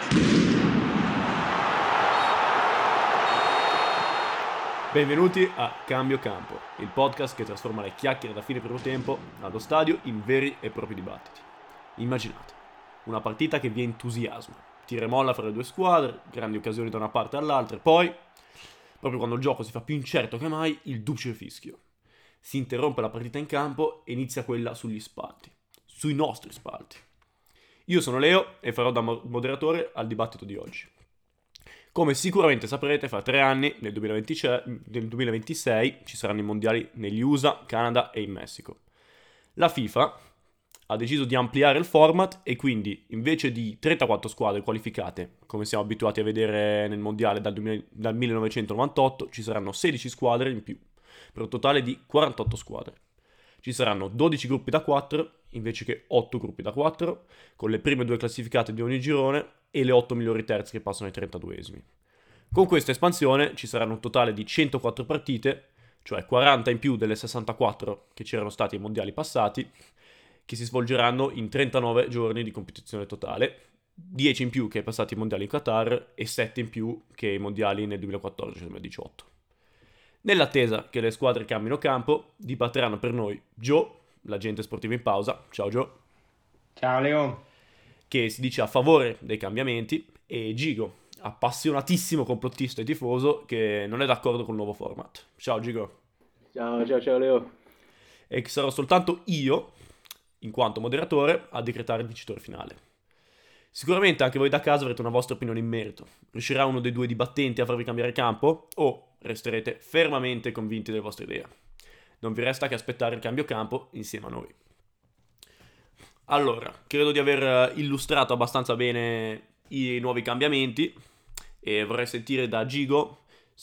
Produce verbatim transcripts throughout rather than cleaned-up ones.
Benvenuti a Cambio Campo, il podcast che trasforma le chiacchiere da fine primo tempo allo stadio in veri e propri dibattiti. Immaginate, una partita che vi entusiasma, tira e molla fra le due squadre, grandi occasioni da una parte all'altra e poi, proprio quando il gioco si fa più incerto che mai, il duplice fischio. Si interrompe la partita in campo e inizia quella sugli spalti, sui nostri spalti. Io sono Leo e farò da moderatore al dibattito di oggi. Come sicuramente saprete, fra tre anni, nel duemilaventisei, ci saranno i mondiali negli U S A, Canada e in Messico. La FIFA ha deciso di ampliare il format e quindi, invece di trentaquattro squadre qualificate, come siamo abituati a vedere nel mondiale dal, duemila, dal millenovecentonovantotto, ci saranno sedici squadre in più, per un totale di quarantotto squadre. Ci saranno dodici gruppi da quattro, invece che otto gruppi da quattro, con le prime due classificate di ogni girone e le otto migliori terze che passano ai trentaduesimi. Con questa espansione ci saranno un totale di centoquattro partite, cioè quaranta in più delle sessantaquattro che c'erano stati ai mondiali passati, che si svolgeranno in trentanove giorni di competizione totale, dieci in più che ai passati mondiali in Qatar e sette in più che ai mondiali nel duemilaquattordici e duemiladiciotto. Nell'attesa che le squadre cambino campo, dibatteranno per noi Joe, l'agente sportivo in pausa. Ciao Joe. Ciao Leo. Che si dice a favore dei cambiamenti, e Gigo, appassionatissimo complottista e tifoso che non è d'accordo con il nuovo format. Ciao Gigo. Ciao, ciao, ciao Leo. E che sarò soltanto io, in quanto moderatore, a decretare il vincitore finale. Sicuramente anche voi da casa avrete una vostra opinione in merito. Riuscirà uno dei due dibattenti a farvi cambiare campo? O resterete fermamente convinti delle vostre idee? Non vi resta che aspettare il cambio campo insieme a noi. Allora, credo di aver illustrato abbastanza bene i nuovi cambiamenti e vorrei sentire da Gigo,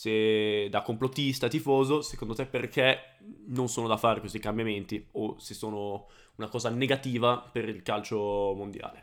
se da complottista, tifoso, secondo te perché non sono da fare questi cambiamenti o se sono una cosa negativa per il calcio mondiale.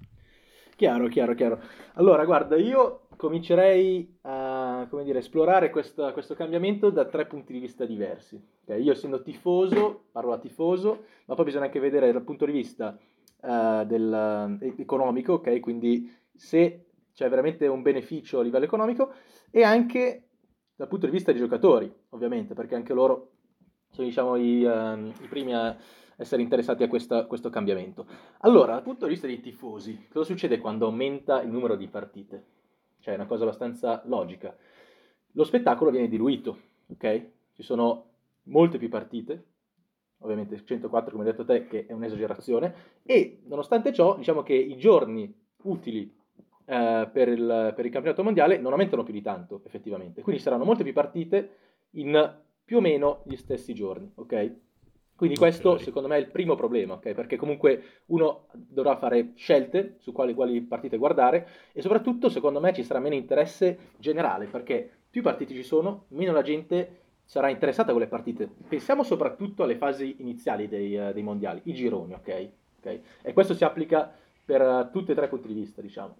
Chiaro, chiaro, chiaro. Allora, guarda, io comincerei a, come dire, esplorare questa- questo cambiamento da tre punti di vista diversi. Ok? Io essendo tifoso, parlo da tifoso, ma poi bisogna anche vedere dal punto di vista eh, del, eh, economico, ok? Quindi se c'è veramente un beneficio a livello economico e anche dal punto di vista dei giocatori, ovviamente, perché anche loro sono, diciamo, i, ehm, i primi a essere interessati a questa- questo cambiamento. Allora, dal punto di vista dei tifosi, cosa succede quando aumenta il numero di partite? Cioè, è una cosa abbastanza logica. Lo spettacolo viene diluito, ok? Ci sono molte più partite, ovviamente centoquattro come hai detto te, che è un'esagerazione, e nonostante ciò, diciamo che i giorni utili eh, per il, per il campionato mondiale non aumentano più di tanto, effettivamente. Quindi saranno molte più partite in più o meno gli stessi giorni, ok? Quindi questo Ok. secondo me è il primo problema, ok? Perché comunque uno dovrà fare scelte su quali, quali partite guardare e soprattutto secondo me ci sarà meno interesse generale perché più partite ci sono, meno la gente sarà interessata a quelle partite. Pensiamo soprattutto alle fasi iniziali dei, eh, dei mondiali, i gironi, ok? Ok? E questo si applica per eh, tutti e tre i punti di vista, diciamo.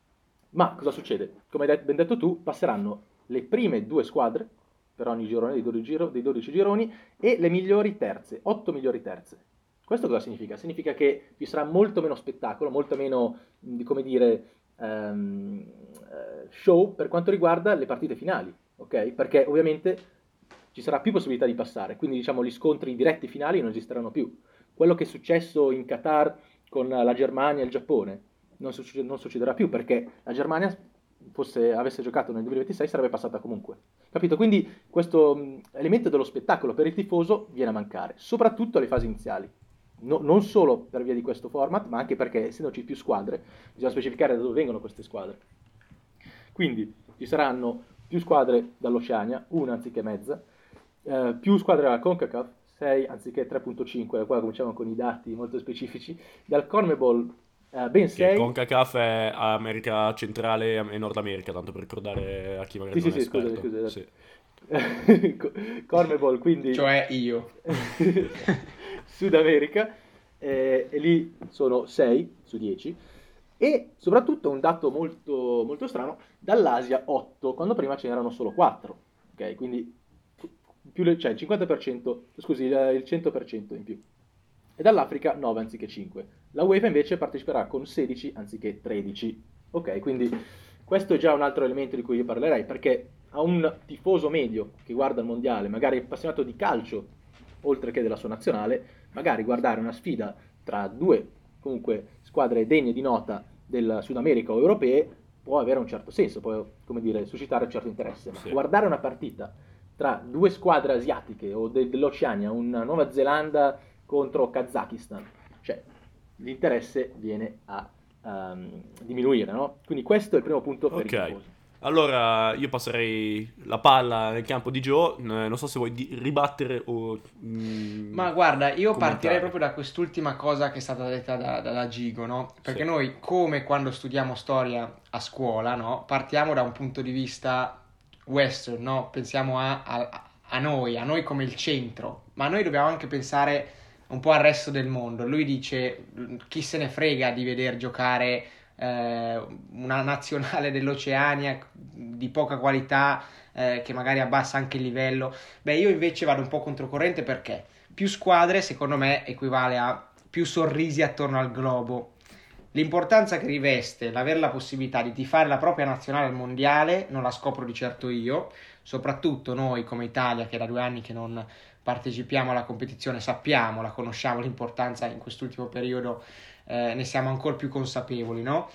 Ma cosa succede? Come hai det- ben detto tu, passeranno le prime due squadre per ogni girone dei dodici, giro- dei dodici gironi e le migliori terze, otto migliori terze. Questo cosa significa? Significa che ci sarà molto meno spettacolo, molto meno, mh, come dire, ehm, eh, show per quanto riguarda le partite finali, ok? Perché ovviamente ci sarà più possibilità di passare, quindi diciamo gli scontri diretti finali non esisteranno più. Quello che è successo in Qatar con la Germania e il Giappone non, succe- non succederà più perché la Germania fosse, avesse giocato nel duemilaventisei sarebbe passata comunque. Capito? Quindi questo mh, elemento dello spettacolo per il tifoso viene a mancare, soprattutto alle fasi iniziali. No- non solo per via di questo format, ma anche perché essendoci più squadre, bisogna specificare da dove vengono queste squadre. Quindi ci saranno più squadre dall'Oceania, una anziché mezza, eh, più squadre dalla CONCACAF, sei anziché tre virgola cinque, da qua cominciamo con i dati molto specifici, dal CONMEBOL eh, ben Che sei. CONCACAF è America centrale e Nord America, tanto per ricordare a chi magari Sì, sì, non è sì, scusami, esperto. scusa, esatto. Sì. Co- Cornwall, quindi Cioè io. Sud America, eh, e lì sono sei su dieci. E soprattutto un dato molto, molto strano, dall'Asia otto, quando prima ce n'erano solo quattro. Ok, quindi più le- cioè il cinquanta per cento, scusi, il il cento per cento in più. E dall'Africa nove anziché cinque. La UEFA invece parteciperà con sedici anziché tredici. Ok, quindi questo è già un altro elemento di cui io parlerei, perché a un tifoso medio che guarda il mondiale, magari appassionato di calcio, oltre che della sua nazionale, magari guardare una sfida tra due comunque squadre degne di nota del Sud America o europee può avere un certo senso, può, come dire, suscitare un certo interesse, ma Sì. guardare una partita tra due squadre asiatiche o de- dell'Oceania, una Nuova Zelanda contro Kazakistan, cioè l'interesse viene a um, diminuire, no? Quindi questo è il primo punto per Ok. i tifosi. Allora io passerei la palla nel campo di Joe, eh, non so se vuoi di- ribattere o... mm, Ma guarda, io commentare. partirei proprio da quest'ultima cosa che è stata detta da, da, da Gigo, no? Perché Sì. noi, come quando studiamo storia a scuola, no? Partiamo da un punto di vista western, no? Pensiamo a, a, a noi, a noi come il centro, ma noi dobbiamo anche pensare un po' al resto del mondo. Lui dice, chi se ne frega di veder giocare eh, una nazionale dell'Oceania di poca qualità, eh, che magari abbassa anche il livello. Beh, io invece vado un po' controcorrente, perché più squadre, secondo me, equivale a più sorrisi attorno al globo. L'importanza che riveste l'avere la possibilità di tifare la propria nazionale al mondiale non la scopro di certo io, soprattutto noi come Italia, che da due anni che non partecipiamo alla competizione, sappiamo, la conosciamo l'importanza in quest'ultimo periodo, eh, ne siamo ancora più consapevoli, no?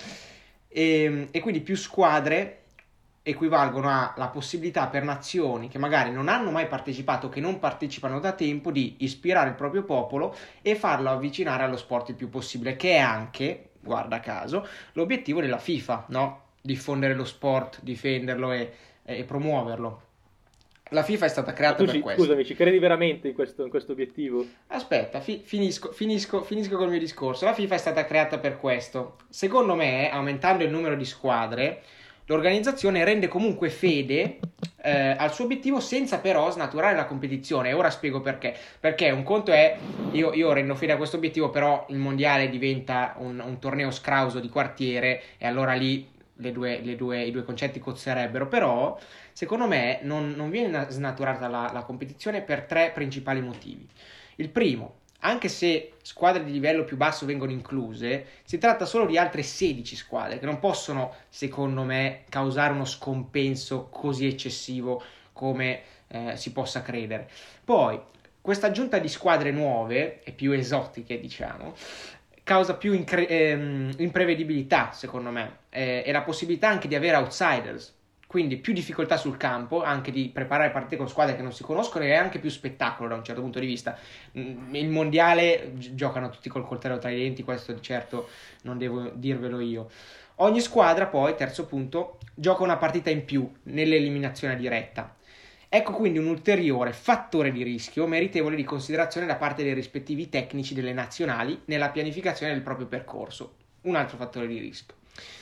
E, e quindi più squadre equivalgono alla possibilità per nazioni che magari non hanno mai partecipato, che non partecipano da tempo, di ispirare il proprio popolo e farlo avvicinare allo sport il più possibile, che è anche, guarda caso, l'obiettivo della FIFA, no? Diffondere lo sport, difenderlo e, e promuoverlo. La FIFA è stata Ma creata tu per ci, questo. scusami, ci credi veramente in questo, in questo obiettivo? Aspetta, fi- finisco, finisco, finisco col mio discorso. La FIFA è stata creata per questo. Secondo me, aumentando il numero di squadre, l'organizzazione rende comunque fede eh, al suo obiettivo, senza però snaturare la competizione. E ora spiego perché. Perché un conto è, io, io rendo fede a questo obiettivo, però il mondiale diventa un, un torneo scrauso di quartiere, e allora lì le due, le due, i due concetti cozzerebbero. Però secondo me non, non viene snaturata la, la competizione per tre principali motivi. Il primo, anche se squadre di livello più basso vengono incluse, si tratta solo di altre sedici squadre che non possono, secondo me, causare uno scompenso così eccessivo come eh, si possa credere. Poi, questa aggiunta di squadre nuove e più esotiche, diciamo, causa più incre- ehm, imprevedibilità, secondo me, eh, e la possibilità anche di avere outsiders. Quindi più difficoltà sul campo, anche di preparare partite con squadre che non si conoscono, e anche più spettacolo da un certo punto di vista. Il mondiale gi- giocano tutti col coltello tra i denti, questo di certo non devo dirvelo io. Ogni squadra poi, terzo punto, gioca una partita in più nell'eliminazione diretta. Ecco quindi un ulteriore fattore di rischio meritevole di considerazione da parte dei rispettivi tecnici delle nazionali nella pianificazione del proprio percorso. Un altro fattore di rischio.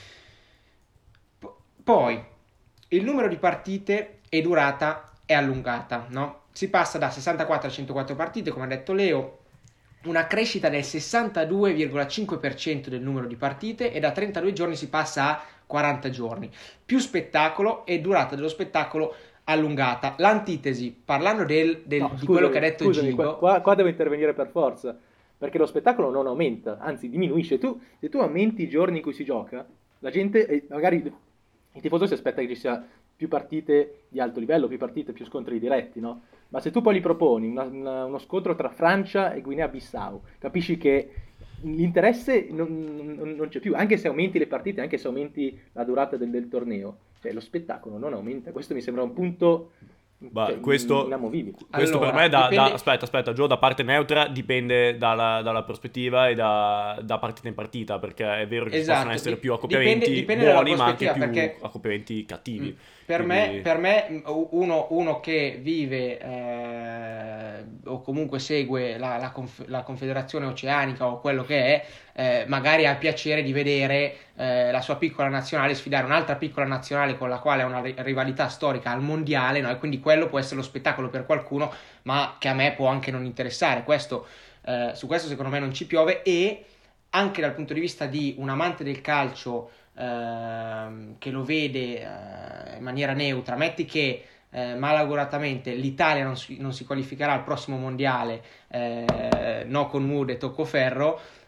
P- poi, il numero di partite e durata è allungata, no? Si passa da sessantaquattro a centoquattro partite, come ha detto Leo, una crescita del sessantadue virgola cinque per cento del numero di partite, e da trentadue giorni si passa a quaranta giorni. Più spettacolo e durata dello spettacolo allungata. L'antitesi, parlando del, del, No, di scusami, quello che ha detto scusami, Gigo, qua, qua- qua devo intervenire per forza, perché lo spettacolo non aumenta, anzi diminuisce. Tu, se tu aumenti i giorni in cui si gioca, la gente, eh, magari il tifoso si aspetta che ci sia più partite di alto livello, più partite, più scontri diretti, no? Ma se tu poi gli proponi una- una- uno scontro tra Francia e Guinea-Bissau, capisci che l'interesse non, non- non c'è più, anche se aumenti le partite, anche se aumenti la durata del, del torneo, cioè lo spettacolo non aumenta. Questo mi sembra un punto, Bah, cioè, questo, inamovibile. questo per allora, me, da, da- dipende- aspetta, aspetta, Gio, da parte neutra dipende dalla, dalla prospettiva e da, da partita in partita, perché è vero che ci esatto, possono essere di- più accoppiamenti dipende, dipende dalla buoni, ma anche prospettiva, più perché accoppiamenti Mm, cattivi. Per me, Quindi, per me uno, uno che vive eh, o comunque segue la, la conf- la Confederazione Oceanica o quello che è, eh, magari ha piacere di vedere eh, la sua piccola nazionale sfidare un'altra piccola nazionale con la quale ha una ri- rivalità storica al mondiale, no? E quindi quello può essere lo spettacolo per qualcuno, ma che a me può anche non interessare. Questo, eh, su questo secondo me non ci piove. E anche dal punto di vista di un amante del calcio ehm, che lo vede eh, in maniera neutra, metti che eh, malauguratamente l'Italia non si, non si qualificherà al prossimo mondiale, eh, no con Wood e tocco ferro,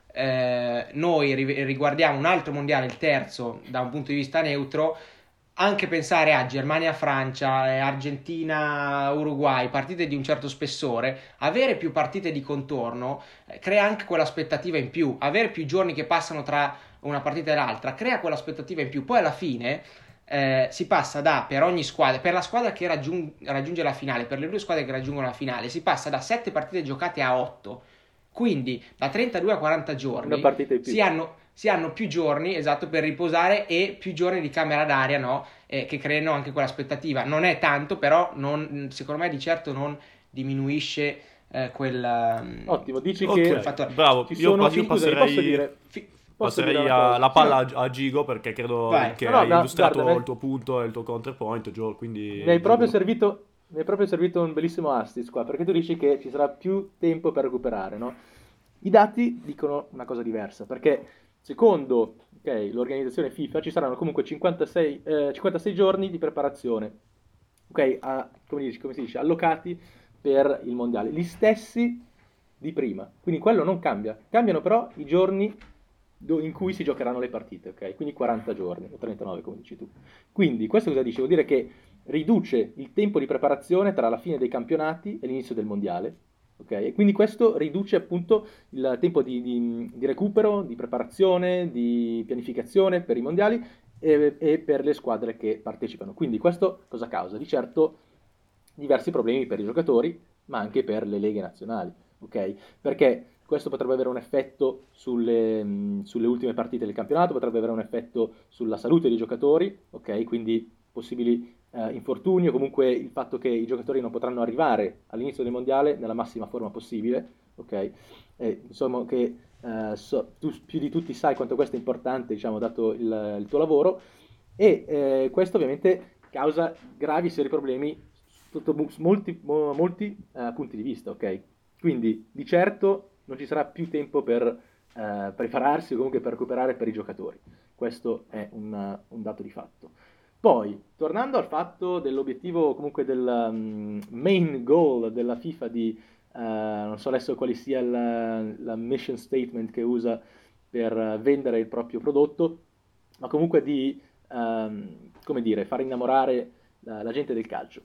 eh, noi ri- riguardiamo un altro mondiale, il terzo, da un punto di vista neutro, anche pensare a Germania-Francia, eh, Argentina-Uruguay, partite di un certo spessore, avere più partite di contorno eh, crea anche quell'aspettativa in più, avere più giorni che passano tra una partita e l'altra crea quell'aspettativa in più, poi alla fine eh, si passa da, per ogni squadra, per la squadra che raggiung- raggiunge la finale, per le due squadre che raggiungono la finale, si passa da sette partite giocate a otto, quindi da trentadue a quaranta giorni Una partita in più. si hanno, si hanno più giorni, esatto, per riposare e più giorni di camera d'aria, no? Eh, che creano anche quell'aspettativa. Non è tanto, però non, secondo me di certo non diminuisce eh, quel, um, Ottimo, dici Ok, che quel fattore. bravo. ci Io, sono, io scusa, passerei, posso dire, Fi- posso passerei dire una a- cosa? la palla Sì, a, a Gigo perché credo Vai. che No, no, hai no, illustrato guarda, il tuo punto e il tuo counterpoint, Gio, quindi mi hai proprio Gigo. servito, mi hai proprio servito un bellissimo assist qua, perché tu dici che ci sarà più tempo per recuperare, no? I dati dicono una cosa diversa, perché secondo ok, l'organizzazione FIFA ci saranno comunque cinquantasei, eh, cinquantasei giorni di preparazione, ok, a- come, dici- come si dice, allocati per il mondiale, gli stessi di prima, quindi quello non cambia, cambiano però i giorni do- in cui si giocheranno le partite, ok? Quindi quaranta giorni, o trentanove come dici tu. Quindi questo cosa dice? Vuol dire che riduce il tempo di preparazione tra la fine dei campionati e l'inizio del mondiale, ok? E quindi questo riduce appunto il tempo di, di- di recupero, di preparazione, di pianificazione per i mondiali e, e per le squadre che partecipano. Quindi questo cosa causa? Di certo diversi problemi per i giocatori, ma anche per le leghe nazionali, ok? Perché questo potrebbe avere un effetto sulle, mh, sulle ultime partite del campionato, potrebbe avere un effetto sulla salute dei giocatori, ok? Quindi possibili eh, infortuni o comunque il fatto che i giocatori non potranno arrivare all'inizio del mondiale nella massima forma possibile, ok? E, insomma, che eh, so- tu più di tutti sai quanto questo è importante, diciamo, dato il, il tuo lavoro, e eh, questo ovviamente causa gravi e seri problemi sotto mu- molti, mo- molti eh, punti di vista, ok? Quindi di certo non ci sarà più tempo per eh, prepararsi o comunque per recuperare per i giocatori. Questo è un, un dato di fatto. Poi, tornando al fatto dell'obiettivo, comunque del um, main goal della FIFA di, eh, non so adesso quale sia la, la mission statement che usa per eh, vendere il proprio prodotto, ma comunque di, ehm, come dire, far innamorare la, la gente del calcio.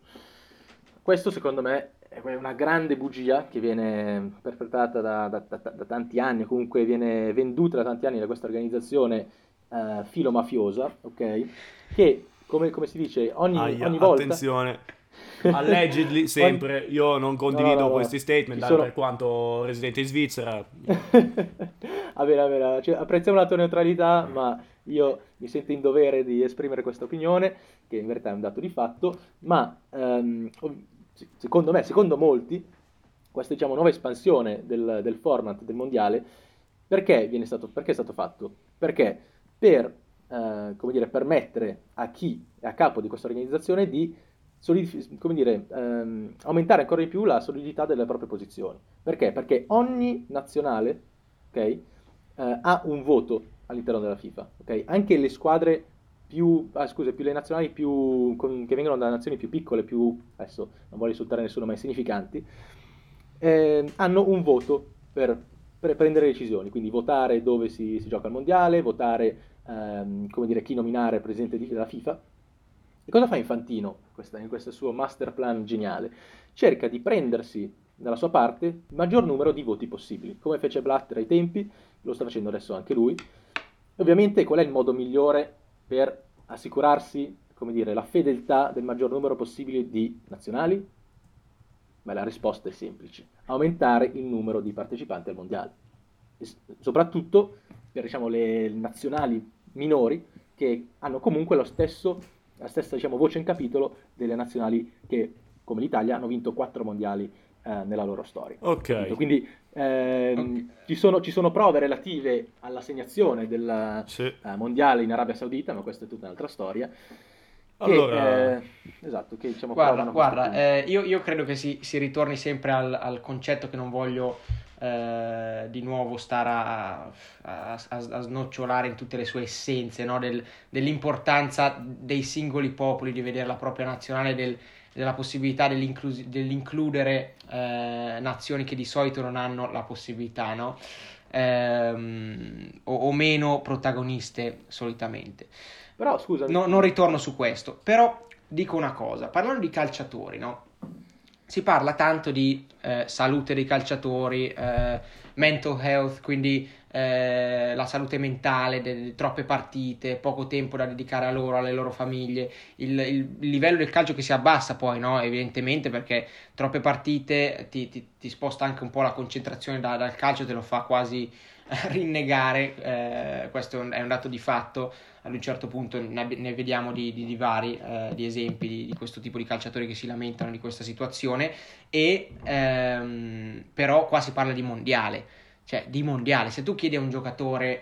Questo secondo me è una grande bugia che viene perpetrata da, da- da- da tanti anni, comunque viene venduta da tanti anni da questa organizzazione eh, filomafiosa, ok? Che, come, come si dice, ogni, Aia, ogni volta... attenzione. Allegedly, Ogni- sempre. Io non No, no, condivido no, no. questi statement, Ci dal sono... per quanto residente in Svizzera. Va bene, va bene, cioè, apprezziamo la tua neutralità, ma io mi sento in dovere di esprimere questa opinione, che in verità è un dato di fatto, ma ehm, ov- se- secondo me, secondo molti, questa diciamo, nuova espansione del, del format del mondiale, perché viene stato, perché è stato fatto? Perché per eh, come dire, permettere a chi è a capo di questa organizzazione di solidif- come dire, ehm, aumentare ancora di più la solidità delle proprie posizioni. Perché? Perché ogni nazionale, ok, eh, ha un voto all'interno della FIFA, ok? Anche le squadre più, ah, scusa, più le nazionali più, con- che vengono da nazioni più piccole, più, adesso non voglio insultare nessuno, ma insignificanti, eh, hanno un voto per, per prendere decisioni, quindi votare dove si, si gioca il mondiale, votare, ehm, come dire, chi nominare presidente di- della FIFA. E cosa fa Infantino questa- in questo suo master plan geniale? Cerca di prendersi dalla sua parte il maggior numero di voti possibili, come fece Blatter ai tempi, lo sta facendo adesso anche lui. E ovviamente qual è il modo migliore per assicurarsi, come dire, la fedeltà del maggior numero possibile di nazionali? Beh, la risposta è semplice: aumentare il numero di partecipanti al mondiale. E s- soprattutto per, diciamo, le nazionali minori che hanno comunque lo stesso, la stessa, diciamo, voce in capitolo delle nazionali che, come l'Italia, hanno vinto quattro mondiali eh, nella loro storia. Capito? Ok, Quindi ehm, Ok. ci sono, ci sono prove relative all'assegnazione del sì. eh, mondiale in Arabia Saudita, ma questa è tutta un'altra storia. Che, Allora, eh, esatto, che diciamo Guarda, provano questo guarda, punto. eh, io, io credo che si, si ritorni sempre al, al concetto che non voglio eh, di nuovo stare a, a- a- a snocciolare in tutte le sue essenze, no? Del- dell'importanza dei singoli popoli, di vedere la propria nazionale, del- della possibilità dell'inclus- dell'includere eh, nazioni che di solito non hanno la possibilità, no? ehm, o, o meno protagoniste solitamente. Però scusa, No, non ritorno su questo, però dico una cosa, parlando di calciatori, no? Si parla tanto di eh, salute dei calciatori, eh, mental health, quindi eh, la salute mentale, delle troppe partite, poco tempo da dedicare a loro, alle loro famiglie, il, il livello del calcio che si abbassa poi, no? Evidentemente, perché troppe partite ti, ti, ti sposta anche un po' la concentrazione da- dal calcio, te lo fa quasi rinnegare, eh, questo è un, è un dato di fatto. Ad un certo punto ne, ab- ne vediamo di, di- di vari eh, di esempi di, di questo tipo di calciatori che si lamentano di questa situazione, e ehm, però qua si parla di mondiale, cioè di mondiale. Se tu chiedi a un giocatore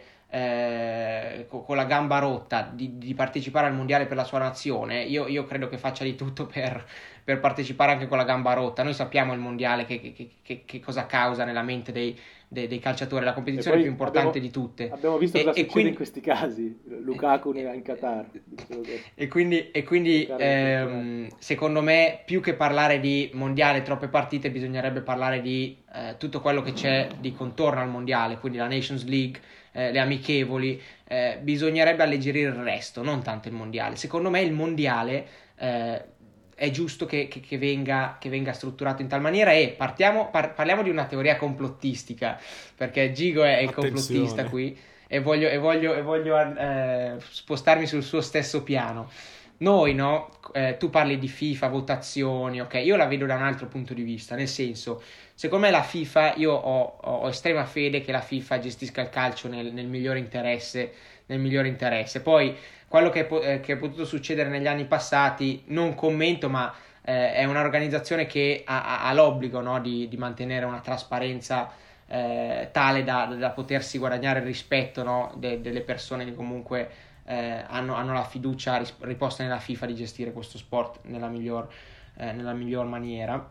eh, co- con la gamba rotta di, di partecipare al mondiale per la sua nazione, io, io credo che faccia di tutto per, per partecipare anche con la gamba rotta. Noi sappiamo il mondiale che, che- che- che cosa causa nella mente dei, dei- dei calciatori, la e competizione poi più importante abbiamo, di tutte. abbiamo visto E, cosa e succede quindi, in questi casi. Lukaku in Qatar, dicevo che e quindi, e quindi giocare infortunato. ehm, secondo me, più che parlare di mondiale, troppe partite, bisognerebbe parlare di eh, tutto quello che c'è di contorno al mondiale, quindi la Nations League, eh, le amichevoli. Eh, bisognerebbe alleggerire il resto, non tanto il mondiale. Secondo me il mondiale eh, è giusto che, che- che venga, che venga strutturato in tal maniera, e partiamo, par- parliamo di una teoria complottistica, perché Gigo è il complottista Attenzione. qui, e voglio, e voglio, e voglio eh, spostarmi sul suo stesso piano. Noi, no? Eh, tu parli di FIFA, votazioni, ok? Io la vedo da un altro punto di vista, nel senso, secondo me la FIFA, io ho, ho- ho estrema fede che la FIFA gestisca il calcio nel, nel migliore interesse, nel migliore interesse. Poi, quello che è, po- eh, che è potuto succedere negli anni passati, non commento, ma eh, è un'organizzazione che ha, ha- ha l'obbligo, no, di, di mantenere una trasparenza eh, tale da, da potersi guadagnare il rispetto, no, de- delle persone che comunque eh, hanno, hanno la fiducia ris- riposta nella FIFA di gestire questo sport nella miglior, eh, nella miglior maniera.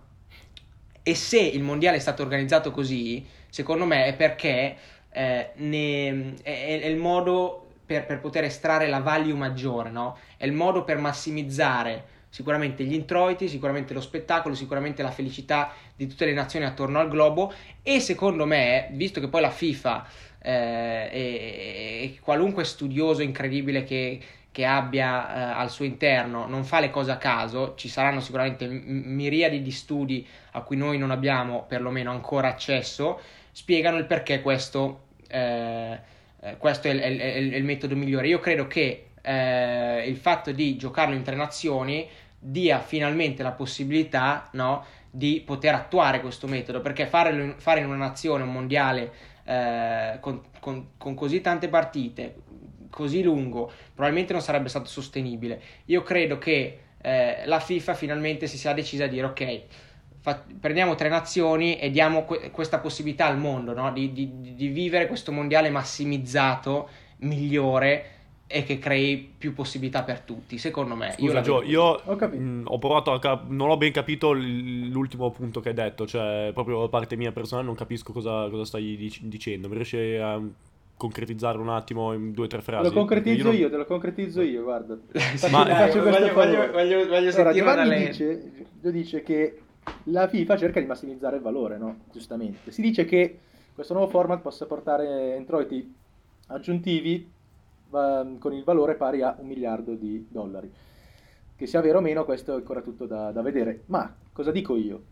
E se il mondiale è stato organizzato così, secondo me è perché eh, ne- è, è il modo per, per poter estrarre la value maggiore, no? È il modo per massimizzare sicuramente gli introiti, sicuramente lo spettacolo, sicuramente la felicità di tutte le nazioni attorno al globo. E secondo me, visto che poi la FIFA eh, e, e qualunque studioso incredibile che, che abbia eh, al suo interno non fa le cose a caso, ci saranno sicuramente m- miriadi di studi a cui noi non abbiamo perlomeno ancora accesso, spiegano il perché questo, eh, eh, questo è il, è il- è il- è il metodo migliore. Io credo che eh, il fatto di giocarlo in tre nazioni dia finalmente la possibilità, no, di poter attuare questo metodo, perché farlo in, fare in una nazione un mondiale eh, con, con- con così tante partite, così lungo, probabilmente non sarebbe stato sostenibile. Io credo che eh, la FIFA finalmente si sia decisa a dire ok, fa- prendiamo tre nazioni e diamo que- questa possibilità al mondo, no? di, di- di vivere questo mondiale massimizzato, migliore, e che crei più possibilità per tutti, secondo me. Io Scusa la vedo Gio, così. io Ho capito. mh, ho provato a cap- non ho ben capito l- l'ultimo punto che hai detto, cioè proprio da parte mia personale non capisco cosa, cosa stai dic- dicendo. Mi riesci a concretizzarlo un attimo in due o tre Te frasi? lo Perché concretizzo non- io, te lo concretizzo io, guarda. Ti Sì, faccio, ti Ma- faccio dai, questo voglio, voglio, favore. voglio, voglio Allora, sentirlo da Giovanni lei. dice, Gio dice che la FIFA cerca di massimizzare il valore, no? Giustamente. Si dice che questo nuovo format possa portare introiti aggiuntivi va- con il valore pari a un miliardo di dollari. Che sia vero o meno, questo è ancora tutto da, da vedere. Ma cosa dico io?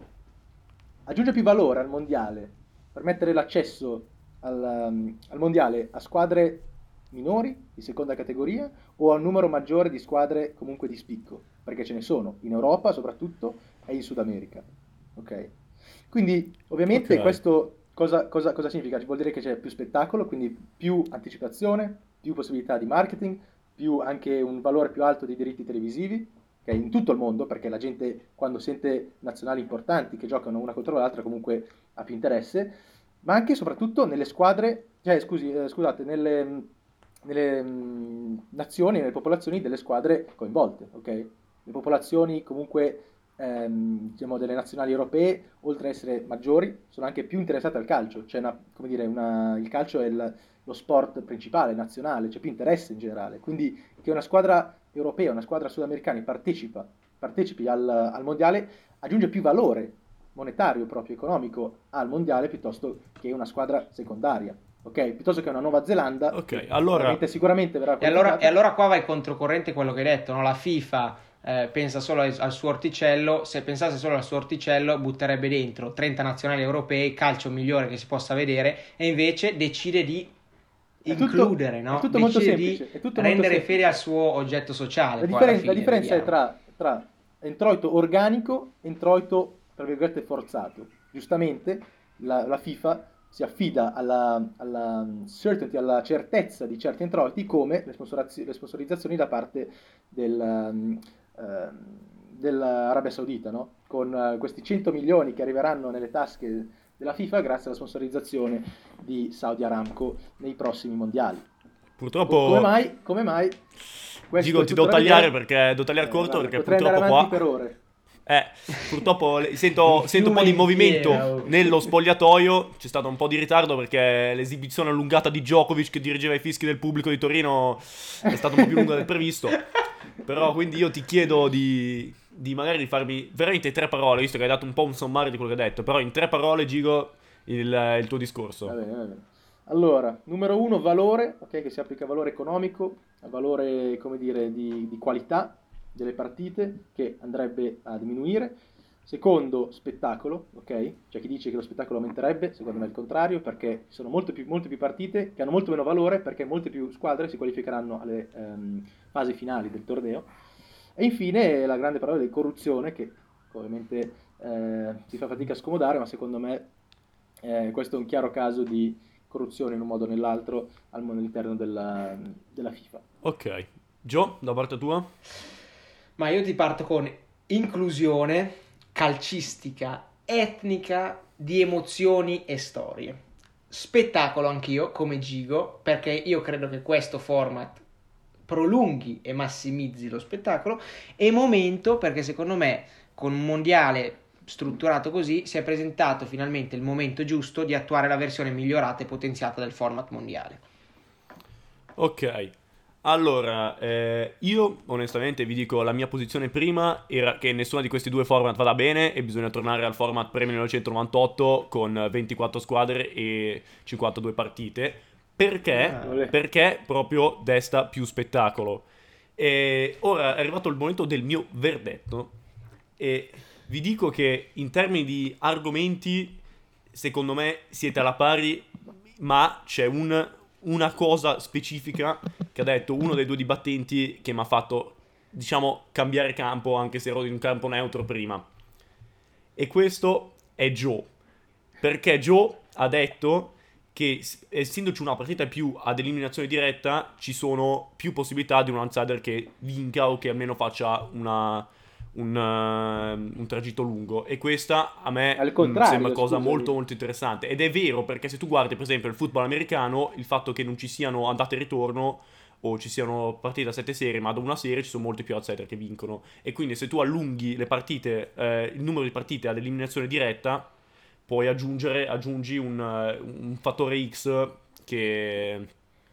Aggiunge più valore al mondiale, permettere l'accesso al, um, al mondiale a squadre minori di seconda categoria o a un numero maggiore di squadre comunque di spicco, perché ce ne sono in Europa soprattutto e in Sud America. Ok? Quindi ovviamente Ok. questo cosa, cosa, cosa significa? Vuol dire che c'è più spettacolo, quindi più anticipazione, più possibilità di marketing, più anche un valore più alto dei diritti televisivi, ok, in tutto il mondo, perché la gente quando sente nazionali importanti che giocano una contro l'altra comunque ha più interesse, ma anche e soprattutto nelle squadre, cioè scusi, eh, scusate, nelle, mh, nelle mh, nazioni, nelle popolazioni delle squadre coinvolte, ok? Le popolazioni comunque ehm, diciamo delle nazionali europee, oltre ad essere maggiori, sono anche più interessate al calcio, cioè una, come dire, una, il calcio è il- lo sport principale, nazionale, c'è più interesse in generale, quindi che una squadra europea, una squadra sudamericana partecipa, partecipi al, al mondiale aggiunge più valore monetario proprio economico al mondiale piuttosto che una squadra secondaria, ok? Piuttosto che una Nuova Zelanda, Ok, che allora- sicuramente, sicuramente verrà E allora, qualificata. e allora qua vai controcorrente quello che hai detto, no? La FIFA eh, pensa solo al, al suo orticello, se pensasse solo al suo orticello butterebbe dentro trenta nazionali europei, calcio migliore che si possa vedere, e invece decide di È tutto- includere, no? è tutto molto Decide semplice, di è tutto molto rendere semplice. fede al suo oggetto sociale. La, poi differen- alla la fine, differenza è vediamo. tra, tra introito organico e introito, tra virgolette, forzato. Giustamente la, la FIFA si affida alla, alla certainty, alla certezza di certi introiti come le, sponsorazzi- le sponsorizzazioni da parte del, um, ehm, dell'Arabia Saudita, no? Con eh, questi cento milioni che arriveranno nelle tasche della FIFA grazie alla sponsorizzazione di Saudi Aramco nei prossimi mondiali. Purtroppo... Co- come mai? Come mai? Questo Gigo, è ti tutto devo da tagliare vedere. perché devo tagliare Eh, corto guarda, perché potrei andare purtroppo avanti qua... per ore. Eh, purtroppo le- sento, Un sento un po' fiume di movimento intero. nello spogliatoio. C'è stato un po' di ritardo perché l'esibizione allungata di Djokovic che dirigeva i fischi del pubblico di Torino è stata un po' più lunga del previsto. Però quindi io ti chiedo di, di magari di farmi veramente tre parole, visto che hai dato un po' un sommario di quello che hai detto. Però in tre parole, Gigo, il, il tuo discorso. Va bene, va bene. Allora, numero uno, valore, ok, che si applica a valore economico, a valore, come dire, di, di qualità delle partite, che andrebbe a diminuire. Secondo, spettacolo, ok? C'è chi dice che lo spettacolo aumenterebbe, secondo me è il contrario, perché ci sono molte più, molte più partite che hanno molto meno valore, perché molte più squadre si qualificheranno alle ehm, fasi finali del torneo. E infine la grande parola di corruzione, che ovviamente eh, si fa fatica a scomodare, ma secondo me eh, questo è un chiaro caso di corruzione in un modo o nell'altro al- all'interno della, della FIFA. Ok. Gio, da parte tua? Ma io ti parto con inclusione calcistica, etnica, di emozioni e storie. Spettacolo anch'io, come Gigo, perché io credo che questo format prolunghi e massimizzi lo spettacolo, e momento, perché secondo me con un mondiale strutturato così si è presentato finalmente il momento giusto di attuare la versione migliorata e potenziata del format mondiale. Ok, allora, eh, io onestamente vi dico la mia posizione prima era che nessuna di questi due format vada bene e bisogna tornare al format pre-millenovecentonovantotto con ventiquattro squadre e cinquantadue partite. Perché? Ah. Perché proprio desta più spettacolo. E ora è arrivato il momento del mio verdetto e vi dico che in termini di argomenti secondo me siete alla pari, ma c'è un, una cosa specifica che ha detto uno dei due dibattenti che mi ha fatto, diciamo, cambiare campo anche se ero in un campo neutro prima. E questo è Joe. Perché Joe ha detto che s- essendoci una partita in più ad eliminazione diretta ci sono più possibilità di un outsider che vinca o che almeno faccia una, un, eh, un tragitto lungo. E questa a me Al mh, contrario, sembra cosa scusami. molto molto interessante. Ed è vero perché se tu guardi per esempio il football americano, il fatto che non ci siano andate e ritorno o ci siano partite a sette serie, ma da una serie ci sono molti più outsider che vincono. E quindi se tu allunghi le partite, eh, il numero di partite ad eliminazione diretta, puoi aggiungere aggiungi un, eh, un fattore X che,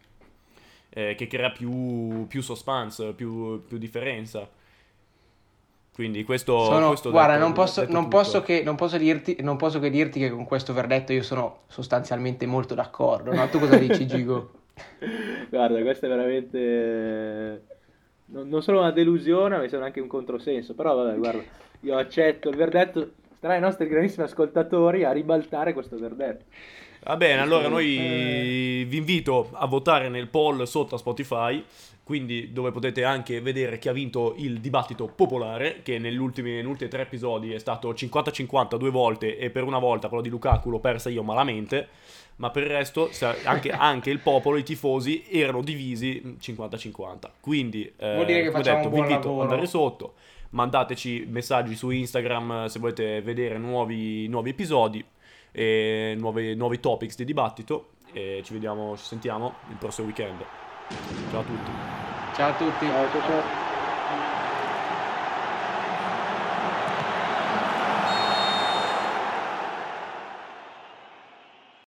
eh, che crea più, più suspense, più, più differenza. Quindi questo, Sono, questo guarda, detto- non posso, detto non, tutto. posso che, non, posso dirti, non posso che dirti che con questo verdetto io sono sostanzialmente molto d'accordo, no? Tu cosa dici, Gigo? Guarda, questa è veramente eh, non, non solo una delusione, ma mi sembra anche un controsenso. Però vabbè, guarda, io accetto il verdetto. Starà ai nostri grandissimi ascoltatori a ribaltare questo verdetto. Va bene, allora Eh. noi vi invito a votare nel poll sotto a Spotify, quindi dove potete anche vedere chi ha vinto il dibattito popolare, che negli ultimi, negli ultimi tre episodi è stato cinquanta cinquanta due volte e per una volta quello di Lukaku l'ho persa io malamente, ma per il resto sa- anche, anche il popolo, i tifosi erano divisi cinquanta cinquanta. Quindi, eh, Vuol dire che come facciamo detto, un vi buon invito ad lavoro. andare sotto, mandateci messaggi su Instagram eh, se volete vedere nuovi, nuovi episodi e nuovi, nuovi topics di dibattito e ci vediamo, ci sentiamo il prossimo weekend. Ciao a tutti. Ciao a tutti. Ciao, ciao, ciao.